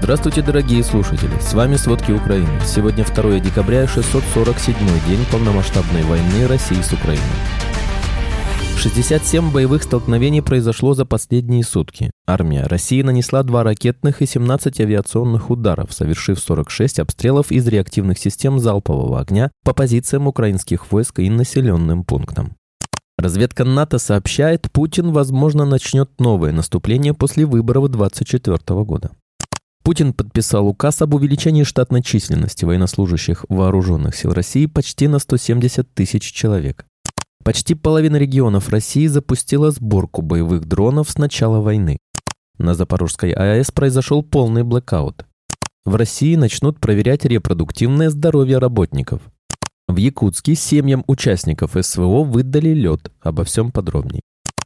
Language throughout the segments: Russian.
Здравствуйте, дорогие слушатели! С вами «Сводки Украины». Сегодня 2 декабря, 647-й день полномасштабной войны России с Украиной. 67 боевых столкновений произошло за последние сутки. Армия России нанесла 2 ракетных и 17 авиационных ударов, совершив 46 обстрелов из реактивных систем залпового огня по позициям украинских войск и населенным пунктам. Разведка НАТО сообщает, Путин, возможно, начнет новое наступление после выборов 2024 года. Путин подписал указ об увеличении штатной численности военнослужащих Вооруженных сил России почти на 170 тысяч человек. Почти половина регионов России запустила сборку боевых дронов с начала войны. На Запорожской АЭС произошел полный блэкаут. В России начнут проверять репродуктивное здоровье работников. В Якутске семьям участников СВО выдали лед. Обо всем подробней.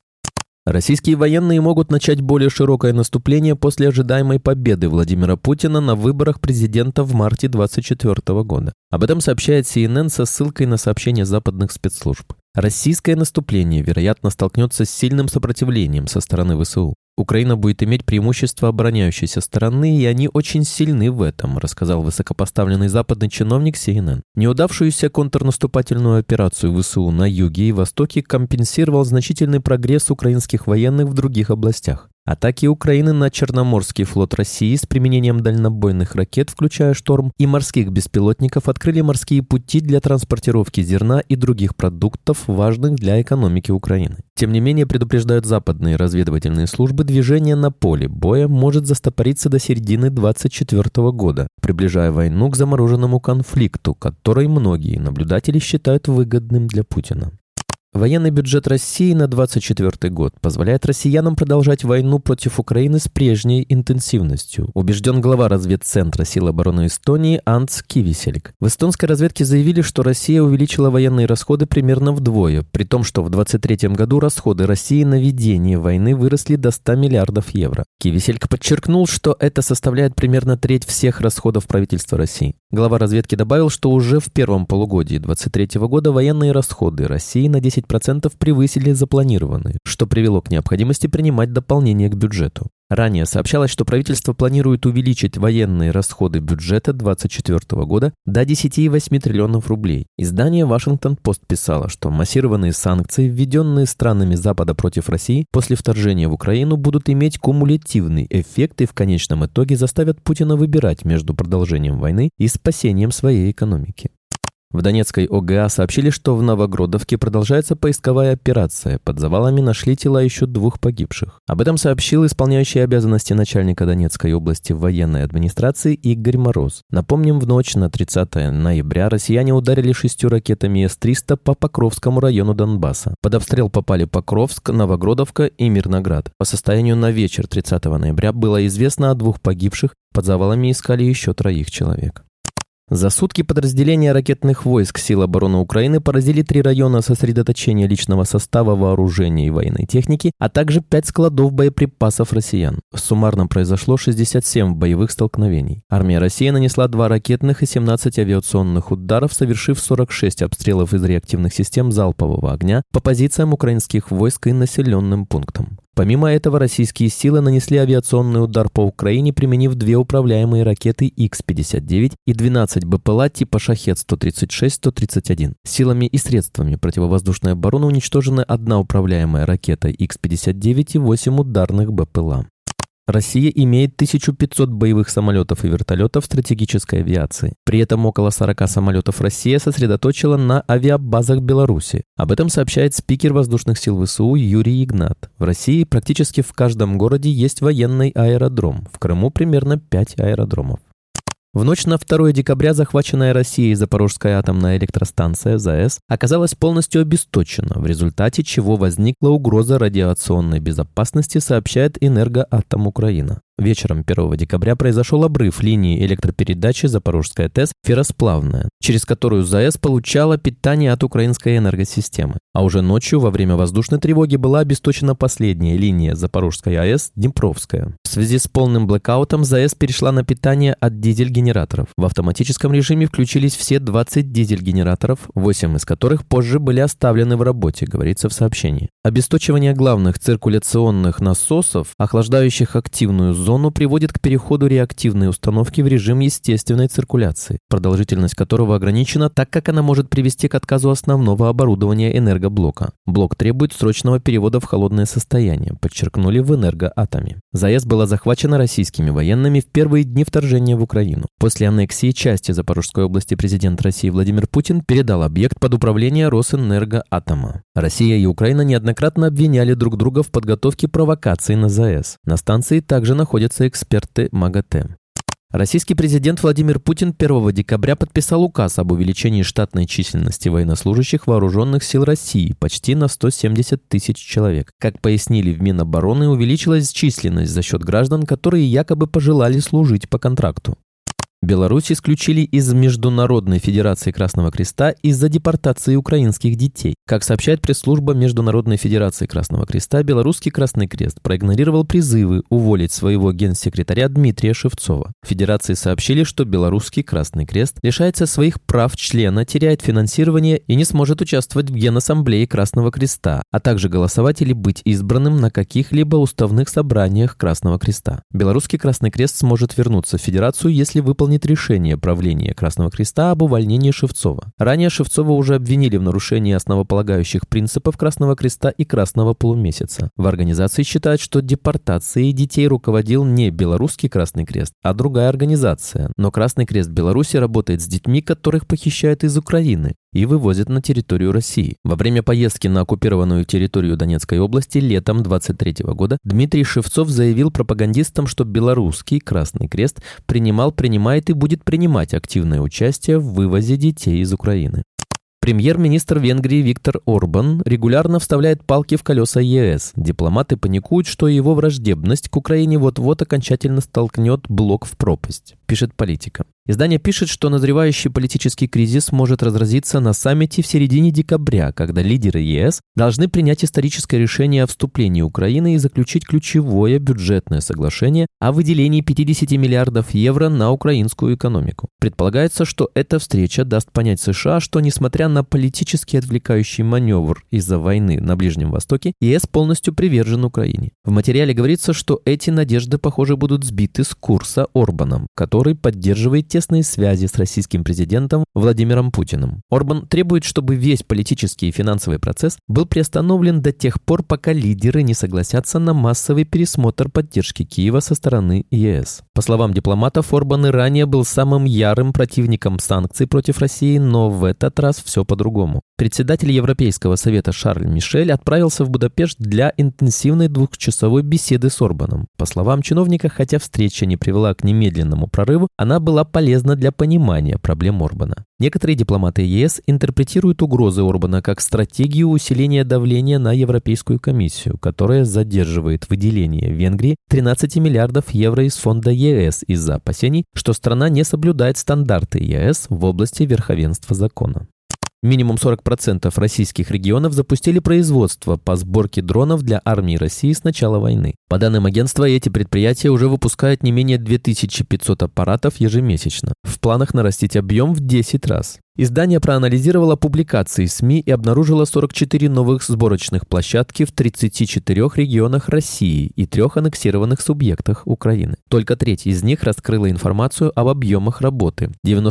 Российские военные могут начать более широкое наступление после ожидаемой победы Владимира Путина на выборах президента в марте 2024 года. Об этом сообщает CNN со ссылкой на сообщения западных спецслужб. Российское наступление, вероятно, столкнется с сильным сопротивлением со стороны ВСУ. Украина будет иметь преимущество обороняющейся стороны, и они очень сильны в этом, рассказал высокопоставленный западный чиновник CNN. Неудавшуюся контрнаступательную операцию ВСУ на юге и востоке компенсировал значительный прогресс украинских военных в других областях. Атаки Украины на Черноморский флот России с применением дальнобойных ракет, включая «Шторм», и морских беспилотников открыли морские пути для транспортировки зерна и других продуктов, важных для экономики Украины. Тем не менее, предупреждают западные разведывательные службы, движение на поле боя может застопориться до середины 2024 года, приближая войну к замороженному конфликту, который многие наблюдатели считают выгодным для Путина. Военный бюджет России на 2024 год позволяет россиянам продолжать войну против Украины с прежней интенсивностью, убежден глава разведцентра сил обороны Эстонии Анс Кивисельк. В эстонской разведке заявили, что Россия увеличила военные расходы примерно вдвое, при том, что в 2023 году расходы России на ведение войны выросли до 100 миллиардов евро. Кивисельк подчеркнул, что это составляет примерно треть всех расходов правительства России. Глава разведки добавил, что уже в первом полугодии 2023 года военные расходы России на 10% превысили запланированные, что привело к необходимости принимать дополнение к бюджету. Ранее сообщалось, что правительство планирует увеличить военные расходы бюджета 2024 года до 10,8 триллионов рублей. Издание «Вашингтон-Пост» писало, что массированные санкции, введенные странами Запада против России после вторжения в Украину, будут иметь кумулятивный эффект и в конечном итоге заставят Путина выбирать между продолжением войны и спасением своей экономики. В Донецкой ОГА сообщили, что в Новогродовке продолжается поисковая операция. Под завалами нашли тела еще 2 погибших. Об этом сообщил исполняющий обязанности начальника Донецкой области военной администрации Игорь Мороз. Напомним, в ночь на 30 ноября россияне ударили 6 ракетами С-300 по Покровскому району Донбасса. Под обстрел попали Покровск, Новогродовка и Мирноград. По состоянию на вечер 30 ноября было известно о 2 погибших. Под завалами искали еще 3 человек. За сутки подразделения ракетных войск сил обороны Украины поразили 3 района сосредоточения личного состава, вооружения и военной техники, а также 5 складов боеприпасов россиян. Суммарно произошло 67 боевых столкновений. Армия России нанесла 2 ракетных и 17 авиационных ударов, совершив 46 обстрелов из реактивных систем залпового огня по позициям украинских войск и населенным пунктам. Помимо этого, российские силы нанесли авиационный удар по Украине, применив 2 управляемые ракеты Х-59 и 12 БПЛА типа «Шахед-136-131». Силами и средствами противовоздушной обороны уничтожены 1 управляемая ракета Х-59 и 8 ударных БПЛА. Россия имеет 1500 боевых самолетов и вертолетов стратегической авиации. При этом около 40 самолетов Россия сосредоточила на авиабазах Беларуси. Об этом сообщает спикер воздушных сил ВСУ Юрий Игнат. В России практически в каждом городе есть военный аэродром. В Крыму примерно 5 аэродромов. В ночь на 2 декабря захваченная Россией Запорожская атомная электростанция ЗАЭС оказалась полностью обесточена, в результате чего возникла угроза радиационной безопасности, сообщает Энергоатом Украина. Вечером 1 декабря произошел обрыв линии электропередачи Запорожская ТЭС «Ферросплавная», через которую ЗАЭС получала питание от украинской энергосистемы. А уже ночью во время воздушной тревоги была обесточена последняя линия Запорожской АЭС «Днепровская». В связи с полным блэкаутом ЗАЭС перешла на питание от дизель-генераторов. В автоматическом режиме включились все 20 дизель-генераторов, 8 из которых позже были оставлены в работе, говорится в сообщении. Обесточивание главных циркуляционных насосов, охлаждающих активную зону зону приводит к переходу реактивной установки в режим естественной циркуляции, продолжительность которого ограничена, так как она может привести к отказу основного оборудования энергоблока. Блок требует срочного перевода в холодное состояние, подчеркнули в Энергоатоме. ЗАЭС была захвачена российскими военными в первые дни вторжения в Украину. После аннексии части Запорожской области президент России Владимир Путин передал объект под управление Росэнергоатома. Россия и Украина неоднократно обвиняли друг друга в подготовке провокаций на ЗАЭС. На станции также находятся эксперты МАГАТЭ. Российский президент Владимир Путин 1 декабря подписал указ об увеличении штатной численности военнослужащих вооруженных сил России почти на 170 тысяч человек. Как пояснили в Минобороны, увеличилась численность за счет граждан, которые якобы пожелали служить по контракту. Беларусь исключили из Международной Федерации Красного Креста из-за депортации украинских детей. Как сообщает пресс-служба Международной Федерации Красного Креста, Белорусский Красный Крест проигнорировал призывы уволить своего генсекретаря Дмитрия Шевцова. В Федерации сообщили, что Белорусский Красный Крест лишается своих прав члена, теряет финансирование и не сможет участвовать в Генассамблее Красного Креста, а также голосовать или быть избранным на каких-либо уставных собраниях Красного Креста. Белорусский Красный Крест сможет вернуться в Федерацию, если выполнит решение правления Красного Креста об увольнении Шевцова. Ранее Шевцова уже обвинили в нарушении основополагающих принципов Красного Креста и Красного полумесяца. В организации считают, что депортацией детей руководил не Белорусский Красный Крест, а другая организация. Но Красный Крест Беларуси работает с детьми, которых похищают из Украины и вывозят на территорию России. Во время поездки на оккупированную территорию Донецкой области летом 2023 года Дмитрий Шевцов заявил пропагандистам, что Белорусский Красный Крест принимает и будет принимать активное участие в вывозе детей из Украины. Премьер-министр Венгрии Виктор Орбан регулярно вставляет палки в колеса ЕС. Дипломаты паникуют, что его враждебность к Украине вот-вот окончательно столкнет блок в пропасть, пишет Политика. Издание пишет, что назревающий политический кризис может разразиться на саммите в середине декабря, когда лидеры ЕС должны принять историческое решение о вступлении Украины и заключить ключевое бюджетное соглашение о выделении 50 миллиардов евро на украинскую экономику. Предполагается, что эта встреча даст понять США, что, несмотря на политически отвлекающий маневр из-за войны на Ближнем Востоке, ЕС полностью привержен Украине. В материале говорится, что эти надежды, похоже, будут сбиты с курса Орбаном, который поддерживает тесные связи с российским президентом Владимиром Путиным. Орбан требует, чтобы весь политический и финансовый процесс был приостановлен до тех пор, пока лидеры не согласятся на массовый пересмотр поддержки Киева со стороны ЕС. По словам дипломатов, Орбан и ранее был самым ярым противником санкций против России, но в этот раз все по-другому. Председатель Европейского совета Шарль Мишель отправился в Будапешт для интенсивной двухчасовой беседы с Орбаном. По словам чиновника, хотя встреча не привела к немедленному прорыву, она была полезна для понимания проблем Орбана. Некоторые дипломаты ЕС интерпретируют угрозы Орбана как стратегию усиления давления на Европейскую комиссию, которая задерживает выделение Венгрии 13 миллиардов евро из фонда ЕС из-за опасений, что страна не соблюдает стандарты ЕС в области верховенства закона. Минимум 40% российских регионов запустили производство по сборке дронов для армии России с начала войны. По данным агентства, эти предприятия уже выпускают не менее 2500 аппаратов ежемесячно. В планах нарастить объем в 10 раз. Издание проанализировало публикации СМИ и обнаружило 44 новых сборочных площадки в 34 регионах России и 3 аннексированных субъектах Украины. Только треть из них раскрыла информацию об объемах работы.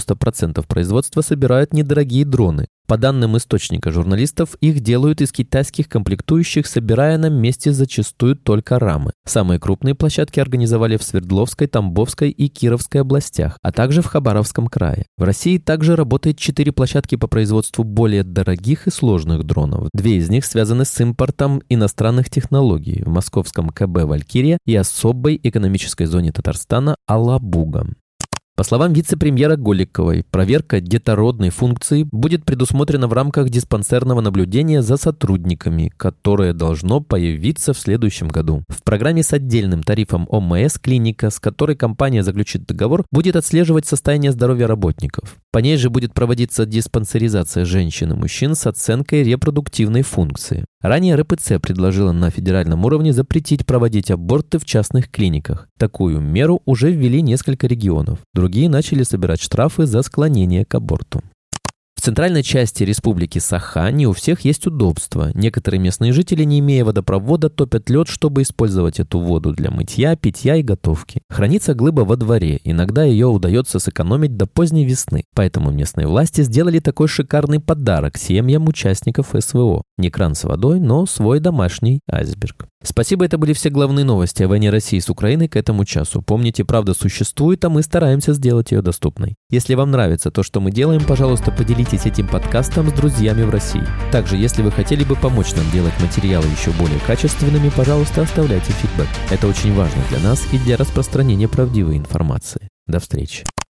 90% производства собирают недорогие дроны. По данным источника журналистов, их делают из китайских комплектующих, собирая на месте зачастую только рамы. Самые крупные площадки организовали в Свердловской, Тамбовской и Кировской областях, а также в Хабаровском крае. В России также работает 4 площадки по производству более дорогих и сложных дронов. 2 из них связаны с импортом иностранных технологий в московском КБ «Валькирия» и особой экономической зоне Татарстана «Алабуга». По словам вице-премьера Голиковой, проверка детородной функции будет предусмотрена в рамках диспансерного наблюдения за сотрудниками, которое должно появиться в следующем году. В программе с отдельным тарифом ОМС клиника, с которой компания заключит договор, будет отслеживать состояние здоровья работников. По ней же будет проводиться диспансеризация женщин и мужчин с оценкой репродуктивной функции. Ранее РПЦ предложила на федеральном уровне запретить проводить аборты в частных клиниках. Такую меру уже ввели несколько регионов. Другие начали собирать штрафы за склонение к аборту. В центральной части республики Саха не у всех есть удобства. Некоторые местные жители, не имея водопровода, топят лед, чтобы использовать эту воду для мытья, питья и готовки. Хранится глыба во дворе, иногда ее удается сэкономить до поздней весны. Поэтому местные власти сделали такой шикарный подарок семьям участников СВО. Не кран с водой, но свой домашний айсберг. Спасибо, это были все главные новости о войне России с Украиной к этому часу. Помните, правда существует, а мы стараемся сделать ее доступной. Если вам нравится то, что мы делаем, пожалуйста, поделитесь этим подкастом с друзьями в России. Также, если вы хотели бы помочь нам делать материалы еще более качественными, пожалуйста, оставляйте фидбэк. Это очень важно для нас и для распространения правдивой информации. До встречи.